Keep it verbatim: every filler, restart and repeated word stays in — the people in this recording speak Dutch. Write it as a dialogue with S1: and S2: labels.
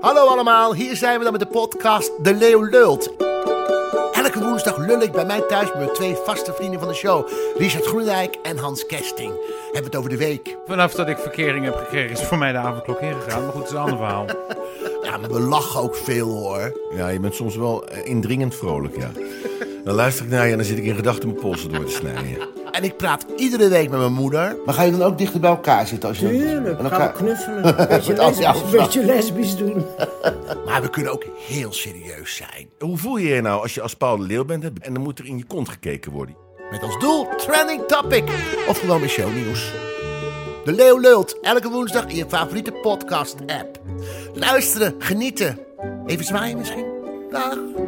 S1: Hallo allemaal, hier zijn we dan met de podcast De Leeuw Lult. Elke woensdag lul ik bij mij thuis met mijn twee vaste vrienden van de show. Richard Groenendijk en Hans Kesting. Hebben we het over de week.
S2: Vanaf dat ik verkering heb gekregen is voor mij de avondklok ingegaan. Maar goed, het is een ander verhaal.
S1: Ja, maar we lachen ook veel hoor.
S3: Ja, je bent soms wel indringend vrolijk, ja. Dan luister ik naar je en dan zit ik in gedachten mijn polsen door te snijden.
S1: En ik praat iedere week met mijn moeder. Maar ga je dan ook dichter bij elkaar zitten? Als je
S4: Tuurlijk,
S1: dan...
S4: gaan we knuffelen. Een beetje,
S1: Met al die
S4: lesbisch,
S1: afspraken.
S4: beetje lesbisch doen.
S1: Maar we kunnen ook heel serieus zijn.
S3: Hoe voel je je nou als je als Paul de Leeuw bent en dan moet er in je kont gekeken worden?
S1: Met als doel Trending Topic. Of gewoon een shownieuws. De Leeuw Lult. Elke woensdag in je favoriete podcast app. Luisteren, genieten. Even zwaaien misschien. Dag.